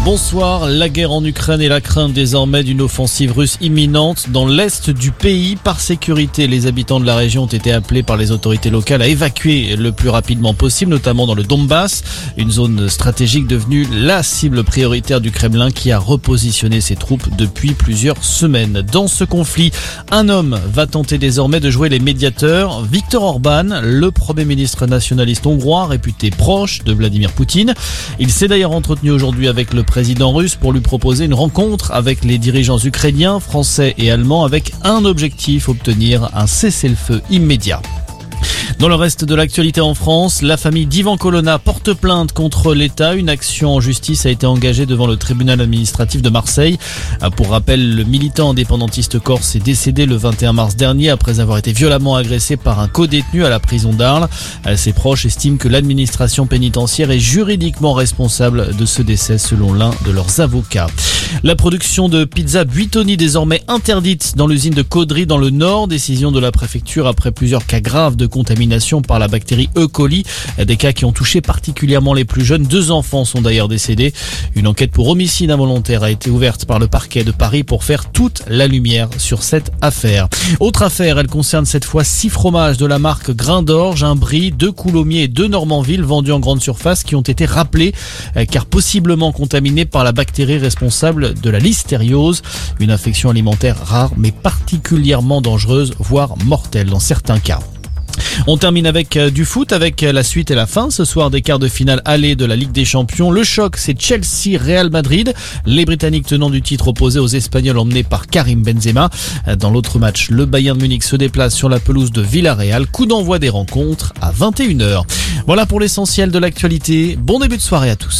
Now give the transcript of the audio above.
Bonsoir. La guerre en Ukraine et la crainte désormais d'une offensive russe imminente dans l'est du pays. Par sécurité, les habitants de la région ont été appelés par les autorités locales à évacuer le plus rapidement possible, notamment dans le Donbass, une zone stratégique devenue la cible prioritaire du Kremlin qui a repositionné ses troupes depuis plusieurs semaines. Dans ce conflit, un homme va tenter désormais de jouer les médiateurs. Viktor Orban, le premier ministre nationaliste hongrois, réputé proche de Vladimir Poutine. Il s'est d'ailleurs entretenu aujourd'hui avec le président russe pour lui proposer une rencontre avec les dirigeants ukrainiens, français et allemands avec un objectif, obtenir un cessez-le-feu immédiat. Dans le reste de l'actualité en France, la famille d'Ivan Colonna porte plainte contre l'État. Une action en justice a été engagée devant le tribunal administratif de Marseille. Pour rappel, le militant indépendantiste corse est décédé le 21 mars dernier après avoir été violemment agressé par un codétenu à la prison d'Arles. Ses proches estiment que l'administration pénitentiaire est juridiquement responsable de ce décès selon l'un de leurs avocats. La production de pizza Buitoni désormais interdite dans l'usine de Caudry dans le Nord. Décision de la préfecture après plusieurs cas graves de contamination par la bactérie E. coli. Des cas qui ont touché particulièrement les plus jeunes. 2 enfants sont d'ailleurs décédés. Une enquête pour homicide involontaire a été ouverte par le parquet de Paris pour faire toute la lumière sur cette affaire. Autre affaire, elle concerne cette fois 6 fromages de la marque Grain d'Orge, un Brie, 2 Coulommiers et 2 Normanville vendus en grande surface qui ont été rappelés car possiblement contaminés par la bactérie responsable de la listériose, une infection alimentaire rare mais particulièrement dangereuse, voire mortelle dans certains cas. On termine avec du foot, avec la suite et la fin ce soir des quarts de finale aller de la Ligue des Champions. Le choc, c'est Chelsea-Real Madrid. Les Britanniques tenant du titre opposés aux Espagnols emmenés par Karim Benzema. Dans l'autre match, le Bayern Munich se déplace sur la pelouse de Villarreal. Coup d'envoi des rencontres à 21h. Voilà pour l'essentiel de l'actualité. Bon début de soirée à tous.